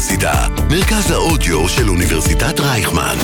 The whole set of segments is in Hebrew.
האוניברסיטה, מרכז האודיו של אוניברסיטת רייכמן.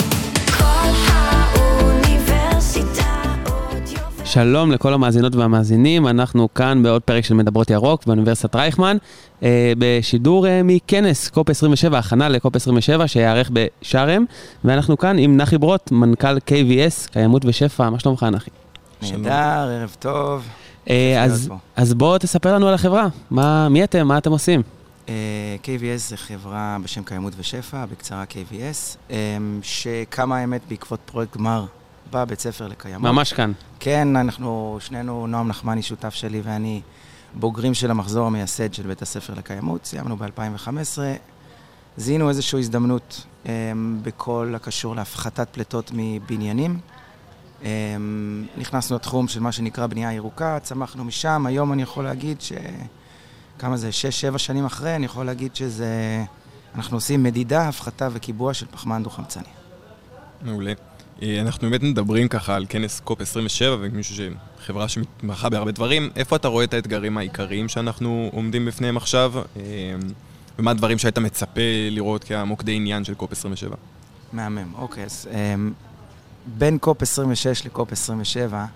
שלום לכל המאזינות והמאזינים, אנחנו כאן בעוד פרק של מדברות ירוק באוניברסיטת רייכמן, בשידור מכנס קופ 27, הכנה לקופ 27 שיערך בשארם, ואנחנו כאן עם נחי ברוט, מנכ"ל KVS, קיימות ושפע. מה שלומך נחי? נהדר, ערב טוב. אז בוא תספר לנו על החברה, מי אתם, מה אתם עושים? KVS זה חברה בשם קיימות ושפע, בקצרה KVS, שקמה האמת בעקבות פרויקט גמר בבית ספר לקיימות. ממש כאן. כן, אנחנו שנינו, נועם נחמני, שותף שלי ואני, בוגרים של המחזור המייסד של בית הספר לקיימות, סיימנו ב-2015, זיהינו איזושהי הזדמנות בכל הקשור להפחתת פליטות מבניינים, נכנסנו לתחום של מה שנקרא בנייה ירוקה, צמחנו משם, היום אני יכול להגיד כמה זה, 6-7 שנים אחרי, אני יכול להגיד אנחנו עושים מדידה, הפחתה וקיבוע של פחמן דו-חמצני. מעולה. אנחנו באמת מדברים ככה על כנס קופ 27, ומישהו שחברה שמתמחה בהרבה דברים. איפה אתה רואה את האתגרים העיקריים שאנחנו עומדים בפניהם עכשיו, ומה הדברים שהיית מצפה לראות כמוקדי עניין של קופ 27? מהמם, אוקיי. אז בין קופ 26 לקופ 27,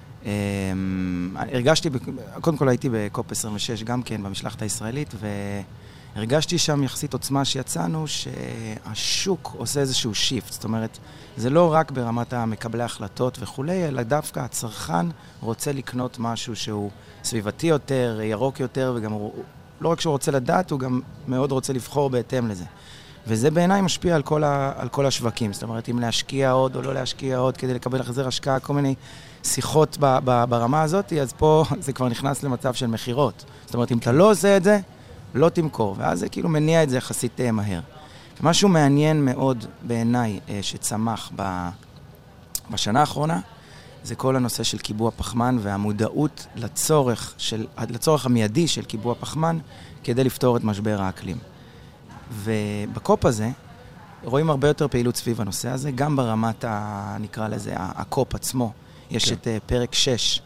הרגשתי, קודם כל הייתי בקופ 26 גם כן, במשלחת הישראלית, הרגשתי שם יחסית עוצמה שיצאנו, שהשוק עושה איזשהו שיפט. זאת אומרת, זה לא רק ברמת המקבלי החלטות וכולי, אלא דווקא הצרכן רוצה לקנות משהו שהוא סביבתי יותר, ירוק יותר, וגם לא רק שהוא רוצה לדעת, הוא גם מאוד רוצה לבחור בהתאם לזה. וזה בעיניי משפיע על כל השווקים. זאת אומרת, אם להשקיע עוד או לא להשקיע עוד כדי לקבל החזר השקעה, כל מיני שיחות ברמה הזאת, אז פה זה כבר נכנס למצב של מחירות. זאת אומרת, אם אתה לא עושה את זה, לא תמכור, ואז זה כאילו מניע את זה יחסית מהר. משהו מעניין מאוד בעיניי שצמח בשנה האחרונה, זה כל הנושא של קיבוע פחמן והמודעות לצורך המיידי של קיבוע פחמן כדי לפתור את משבר האקלים. ובקופ הזה רואים הרבה יותר פעילות סביב הנושא הזה, גם ברמת, נקרא לזה, הקופ עצמו. יש את פרק 6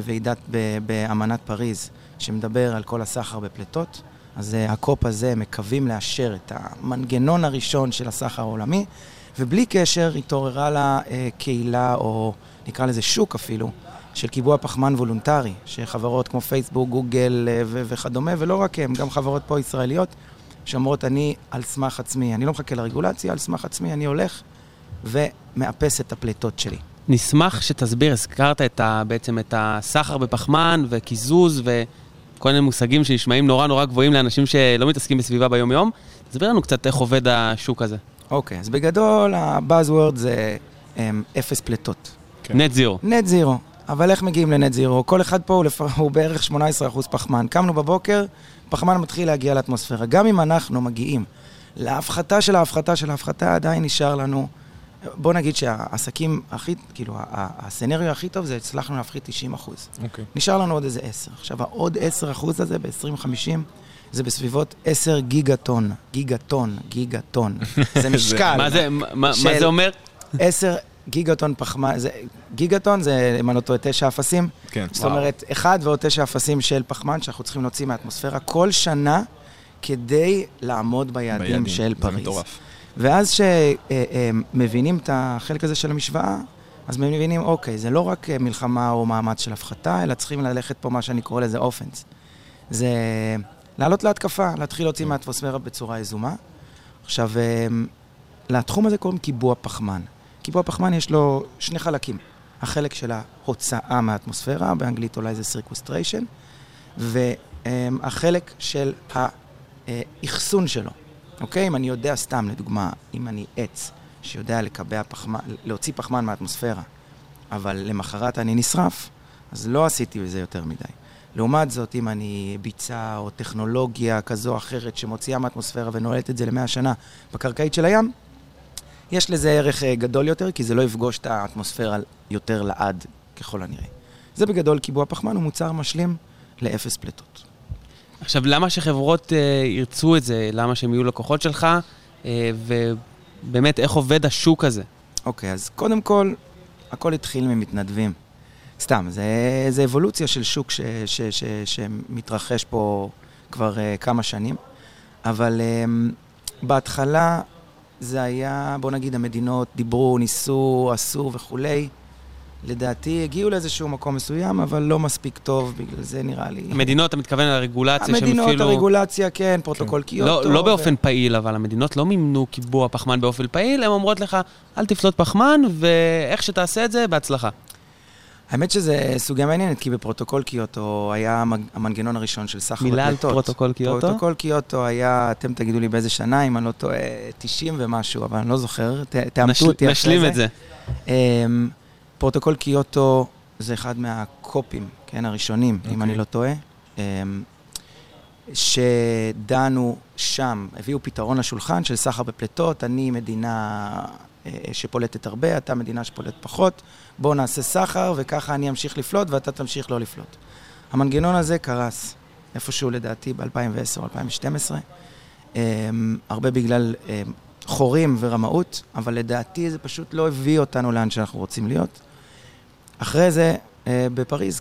באמנת פריז, שמדבר על כל הסחר בפליטות. אז הקופ הזה מקווים לאשר את המנגנון הראשון של הסחר העולמי, ובלי קשר התעוררה לה קהילה, או נקרא לזה שוק אפילו, של קיבוע פחמן וולונטרי, שחברות כמו פייסבוק, גוגל וכדומה, ולא רק הם, גם חברות פה ישראליות, שאומרות אני על סמך עצמי, אני לא מחכה לרגולציה, על סמך עצמי אני הולך ומאפס את הפליטות שלי. נשמח שתסביר, הזכרת בעצם את הסחר בפחמן וקיזוז כל מיני מושגים שנשמעים נורא גבוהים לאנשים שלא מתעסקים בסביבה ביום יום. תסביר לנו קצת איך עובד השוק הזה. אוקיי, אז בגדול הבאזוורד זה אפס פליטות. נט זירו. נט זירו. אבל איך מגיעים לנט זירו? כל אחד פה הוא בערך 18% פחמן. קמנו בבוקר, פחמן מתחיל להגיע לאטמוספירה. גם אם אנחנו מגיעים להפחתה של ההפחתה, עדיין נשאר לנו, בוא נגיד שהעסקים הכי, כאילו, הסצנריו הכי טוב זה הצלחנו להפחית 90%. אוקיי. נשאר לנו עוד איזה 10. עכשיו, העוד 10% הזה ב-2050, זה בסביבות 10 גיגטון. זה משקל. מה זה אומר? 10 גיגטון פחמן. גיגטון זה, אם אני לא טועה, 9 אפסים. כן. זאת אומרת, 1 ועוד 9 אפסים של פחמן שאנחנו צריכים להוציא מהאטמוספירה כל שנה כדי לעמוד ביעדים של פריז. זה מטורף. ואז שמבינים את החלק הזה של המשוואה, אז מבינים, אוקיי, זה לא רק מלחמה או מאמץ של הפחתה, אלא צריכים ללכת פה מה שאני קורא לזה אופנס. זה לעלות להתקפה, להתחיל להוציא מהאטמוספירה בצורה יזומה. עכשיו, לתחום הזה קוראים קיבוע פחמן. קיבוע פחמן יש לו שני חלקים. החלק של ההוצאה מהאטמוספירה, באנגלית אולי זה סריקוסטריישן, והחלק של האחסון שלו. אוקיי? אם אני יודע סתם, לדוגמה, אם אני עץ שיודע להוציא פחמן מהאטמוספירה, אבל למחרת אני נשרף, אז לא עשיתי בזה יותר מדי. לעומת זאת, אם אני ביצה או טכנולוגיה כזו או אחרת שמוציאה מהאטמוספירה ונועלת את זה ל100 שנה בקרקעית של הים, יש לזה ערך גדול יותר, כי זה לא יפגוש את האטמוספירה יותר לעד ככל הנראה. זה בגדול קיבוע פחמן, הוא מוצר משלים לאפס פליטות. עכשיו, למה שחברות ירצו את זה? למה שהם יהיו לקוחות שלך? ובאמת, איך עובד השוק הזה? אוקיי, אז קודם כל, הכל התחיל ממתנדבים. סתם, זה אבולוציה של שוק שמתרחש פה כבר כמה שנים, אבל בהתחלה זה היה, בוא נגיד, המדינות דיברו, ניסו, עשו וכולי. לדעתי הגיעו לאיזשהו מקום מסוים, אבל לא מספיק טוב, בגלל זה נראה לי... המדינות, אתה מתכוון לרגולציה שהם אפילו... המדינות, הרגולציה, כן, פרוטוקול קיוטו. לא באופן פעיל, אבל המדינות לא מימנו קיבוע פחמן באופן פעיל, הן אומרות לך, אל תפלוט פחמן, ואיך שתעשה את זה, בהצלחה. האמת שזה סוגיה מעניינת, כי בפרוטוקול קיוטו היה המנגנון הראשון של סחר בפליטות. מילה על פרוטוקול קיוטו? פרוטוקול קיוטו היה, אתם תגידו לי באיזה שנה, אם אני לא טועה, 90 ומשהו, אבל אני לא זוכר, תאמתו אותי אחרי זה. נשלים את זה. פרוטוקול קיוטו זה אחד מהקופים, כן, הראשונים, אם אני לא טועה, שדנו שם, הביאו פתרון לשולחן של סחר בפליטות, אני מדינה שפולטת הרבה, אתה מדינה שפולטת פחות, בואו נעשה סחר וככה אני אמשיך לפלוט ואתה תמשיך לא לפלוט. המנגנון הזה קרס איפשהו לדעתי ב-2010 או 2012, הרבה בגלל חורים ורמאות, אבל לדעתי זה פשוט לא הביא אותנו לאן שאנחנו רוצים להיות. אחרי זה, בפריז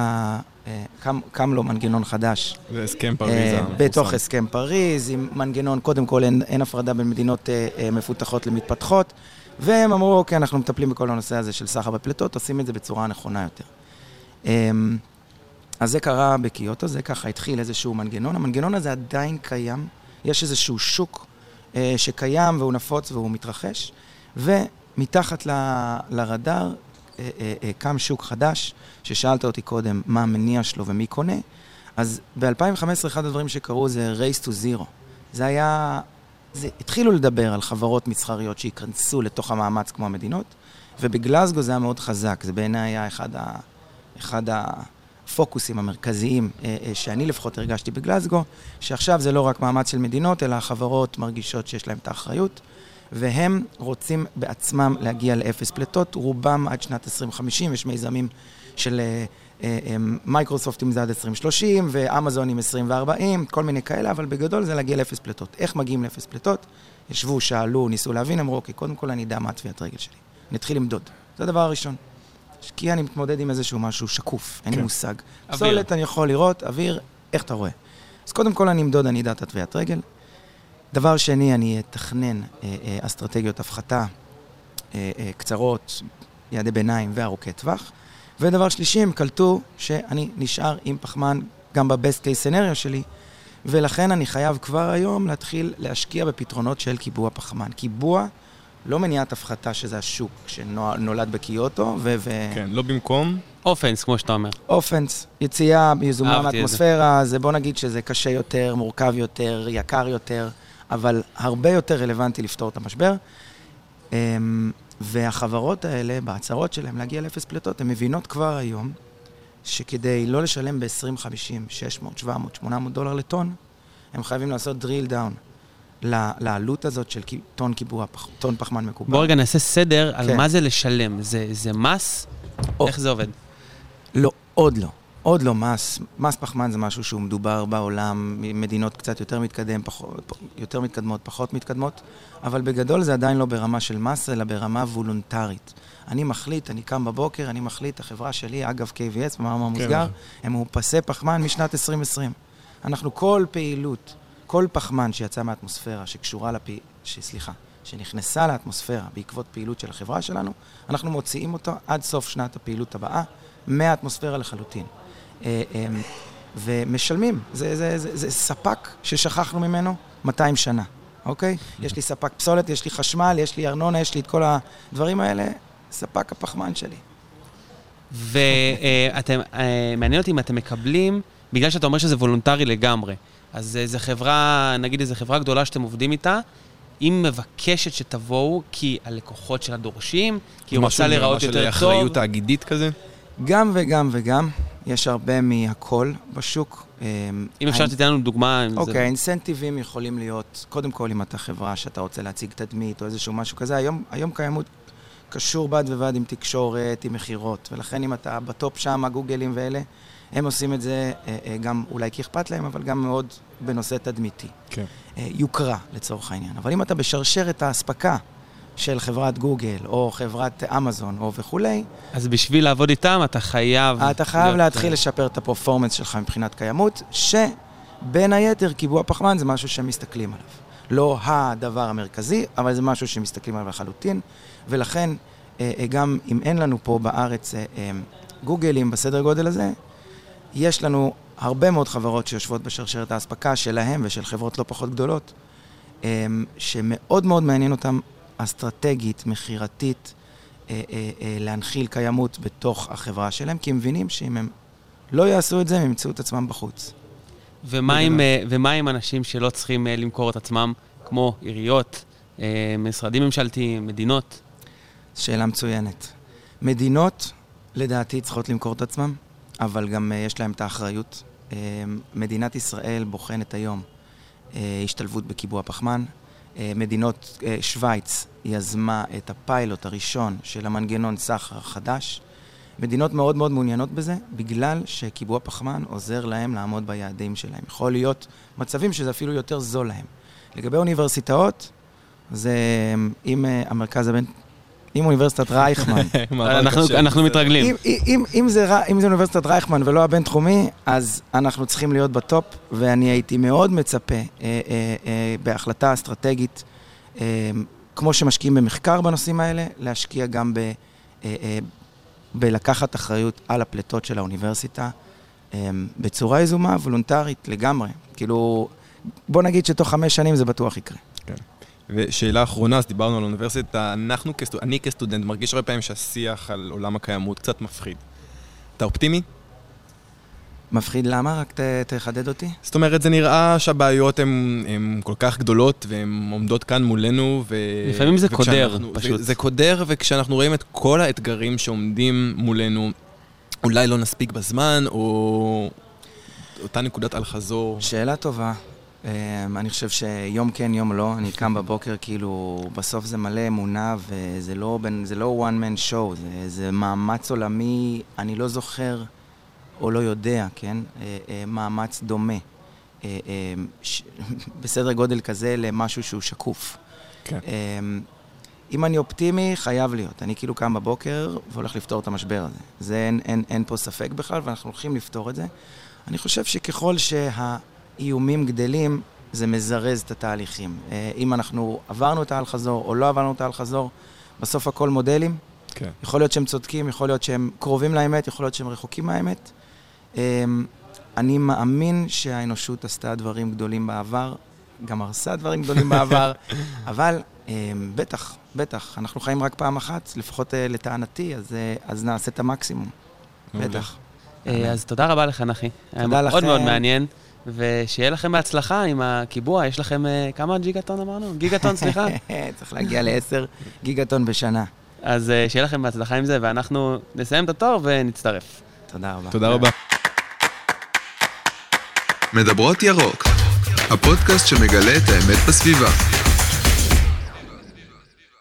קם לו מנגנון חדש. זה הסכם פריז. בתוך הסכם פריז, עם מנגנון, קודם כל אין הפרדה בין מדינות מפותחות למתפתחות, והם אמרו, אוקיי, אנחנו מטפלים בכל הנושא הזה של סחר בפליטות, עושים את זה בצורה נכונה יותר. אז זה קרה בקיוטו, זה ככה התחיל איזשהו מנגנון, המנגנון הזה עדיין קיים, יש איזשהו שוק שקיים והוא נפוץ והוא מתרחש, ומתחת לרדאר קם שוק חדש, ששאלת אותי קודם מה המניע שלו ומי קונה, אז ב-2015 אחד הדברים שקרו זה Race to Zero. התחילו לדבר על חברות מסחריות שייכנסו לתוך המאמץ כמו המדינות, ובגלזגו זה היה מאוד חזק, זה בעיניי היה אחד הפוקוסים המרכזיים שאני לפחות הרגשתי בגלזגו, שעכשיו זה לא רק מאמץ של מדינות, אלא החברות מרגישות שיש להם את האחריות, והם רוצים בעצמם להגיע לאפס פליטות, רובם עד שנת 2050, יש מיזמים של מייקרוסופטים זה עד 2030, ואמזונים 2040, כל מיני כאלה, אבל בגדול זה להגיע לאפס פליטות. איך מגיעים לאפס פליטות? ישבו, שאלו, ניסו להבין, אמרו, אוקיי, קודם כל אני יודע מה טביעת רגל שלי. נתחיל למדוד. זה הדבר הראשון. כי אני מתמודד עם איזשהו משהו שקוף, אין לי מושג. פסולת אני יכול לראות, אוויר, איך אתה רואה? אז קודם כל אני אמדוד, אני יודע את טביעת רגל. דבר שני, אני אתכנן אסטרטגיות הפחתה קצרות, יעדי ביניים וארוכי טווח. ודבר שלישי, הם קלטו שאני נשאר עם פחמן גם בבסט קייס סנריו שלי, ולכן אני חייב כבר היום להתחיל להשקיע בפתרונות של קיבוע פחמן. קיבוע, לא מניעת הפחתה שזה השוק שנולד בקיוטו, כן, לא במקום. אופנס, כמו שאתה אומר. אופנס, יציאה יזומה מהאטמוספירה, זה בוא נגיד שזה קשה יותר, מורכב יותר, יקר יותר, אבל הרבה יותר רלוונטי לפתור את המשבר. והחברות האלה, בהצהרות שלהם להגיע לאפס פליטות, הן מבינות כבר היום שכדי לא לשלם ב-20, 50, 600, 700, 800 דולר לטון, הם חייבים לעשות drill down לעלות הזאת של טון קיבוע, טון פחמן מקובל. בוא רגע נעשה סדר על מה זה לשלם. זה מס? איך זה עובד? לא, עוד לא. עוד לא מס. מס פחמן זה משהו שהוא מדובר בעולם, מדינות קצת יותר מתקדמות, פחות מתקדמות, אבל בגדול זה עדיין לא ברמה של מס, אלא ברמה וולונטרית. אני מחליט, אני קם בבוקר, אני מחליט, החברה שלי, אגב KVS, במאמר מוסגר, הם מאופסי פחמן משנת 2020. אנחנו כל פעילות, כל פחמן שיצא מהאטמוספירה, שנכנסה לאטמוספירה בעקבות פעילות של החברה שלנו, אנחנו מוציאים אותו עד סוף שנת הפעילות הבאה, מהאטמוספירה לחלוטין. ומשלמים. זה ספק ששכחנו ממנו 200 שנה, אוקיי? יש לי ספק פסולת, יש לי חשמל, יש לי ארנונה, יש לי את כל הדברים האלה, ספק הפחמן שלי. מעניין אותי אם אתם מקבלים, בגלל שאתה אומר שזה וולונטרי לגמרי, אז איזו חברה, נגיד איזו חברה גדולה שאתם עובדים איתה, היא מבקשת שתבואו כי הלקוחות שלה דורשים, כי היא רוצה להיראות יותר טוב. משהו של אחריות תאגידית כזה? גם וגם וגם. יש הרבה מהכל בשוק. אם אפשר תתן לנו דוגמה. אוקיי, האינסנטיבים יכולים להיות, קודם כל אם אתה חברה שאתה רוצה להציג תדמית או איזשהו משהו כזה, היום קיימות קשור בד ובד עם תקשורת, עם מחירות, ולכן אם אתה בטופ שם, הגוגלים ואלה, הם עושים את זה גם אולי כי אכפת להם, אבל גם מאוד בנושא תדמיתי. כן. יוקרה לצורך העניין. אבל אם אתה בשרשר את ההספקה של חברת גוגל, או חברת אמזון, או וכולי. אז בשביל לעבוד איתם, אתה חייב... אתה חייב להתחיל לשפר את הפרפורמנס שלך מבחינת קיימות, שבין היתר, קיבוע פחמן זה משהו שהם מסתכלים עליו. לא הדבר המרכזי, אבל זה משהו שמסתכלים עליו לחלוטין, ולכן גם אם אין לנו פה בארץ גוגלים בסדר גודל הזה, יש לנו הרבה מאוד חברות שיושבות בשרשרת ההספקה שלהם ושל חברות לא פחות גדולות, שמאוד מאוד מעניין אותם אסטרטגית, מחירתית, להנחיל קיימות בתוך החברה שלהם, כי הם מבינים שאם הם לא יעשו את זה, הם ימצאו את עצמם בחוץ. ומה עם אנשים שלא צריכים למכור את עצמם, כמו עיריות, משרדים ממשלתיים, מדינות? שאלה מצוינת. מדינות, לדעתי, צריכות למכור את עצמם, אבל גם יש להם את האחריות. מדינת ישראל בוחנת היום השתלבות בקיבוע פחמן. מדינות שוויץ יזמה את הפיילוט הראשון של המנגנון סחר החדש. מדינות מאוד מאוד מעוניינות בזה, בגלל שקיבוע פחמן עוזר להם לעמוד ביעדים שלהם. יכול להיות מצבים שזה אפילו יותר זול להם. לגבי אוניברסיטאות, זה אם המרכז הבן... אם אוניברסיטת רייכמן... אנחנו מתרגלים. אם זה אוניברסיטת רייכמן ולא הבינתחומי, אז אנחנו צריכים להיות בטופ, ואני הייתי מאוד מצפה בהחלטה אסטרטגית, כמו שמשקיעים במחקר בנושאים האלה, להשקיע גם בלקחת אחריות על הפלטות של האוניברסיטה, בצורה יזומה, וולונטרית לגמרי. כאילו, בוא נגיד שתוך 5 שנים זה בטוח יקרה. כן. ושאלה אחרונה, אז דיברנו על האוניברסיטה, אני כסטודנט מרגיש הרבה פעמים שהשיח על עולם הקיימות קצת מפחיד. אתה אופטימי? מפחיד למה? רק תחדד אותי. זאת אומרת, זה נראה שהבעיות הן כל כך גדולות, והן עומדות כאן מולנו, לפעמים זה קודר, פשוט. זה קודר, וכשאנחנו רואים את כל האתגרים שעומדים מולנו, אולי לא נספיק בזמן, או אותה נקודת על חזור. שאלה טובה. אני חושב שיום כן, יום לא. אני קם בבוקר, כאילו, בסוף זה מלא אמונה, וזה לא one man show, זה מאמץ עולמי, אני לא זוכר, או לא יודע, כן? מאמץ דומה. בסדר גודל כזה למשהו שהוא שקוף. כן. אם אני אופטימי, חייב להיות. אני כאילו קם בבוקר והולך לפתור את המשבר הזה. זה אין פה ספק בכלל, ואנחנו הולכים לפתור את זה. אני חושב שככל שהאיומים גדלים, זה מזרז את התהליכים. אם אנחנו עברנו את האל-חזור או לא עברנו את האל-חזור, בסוף הכל מודלים. כן. יכול להיות שהם צודקים, יכול להיות שהם קרובים לאמת, יכול להיות שהם רחוקים מהאמת. אני מאמין שהאנושות עשתה דברים גדולים בעבר, גם הרסה דברים גדולים בעבר, אבל בטח, אנחנו חיים רק פעם אחת, לפחות לטענתי, אז נעשה את המקסימום. בטח. אז תודה רבה לך, נחי. תודה לכם. מאוד מאוד מעניין, ושיהיה לכם בהצלחה עם הקיבוע. יש לכם כמה גיגטון אמרנו? גיגטון, סליחה. צריך להגיע ל10 גיגטון בשנה. אז שיהיה לכם בהצלחה עם זה, ואנחנו נסיים את התור ונצטרף. תודה רבה. תודה רבה. מדברות ירוק, הפודקאסט שמגלה את האמת בסביבה.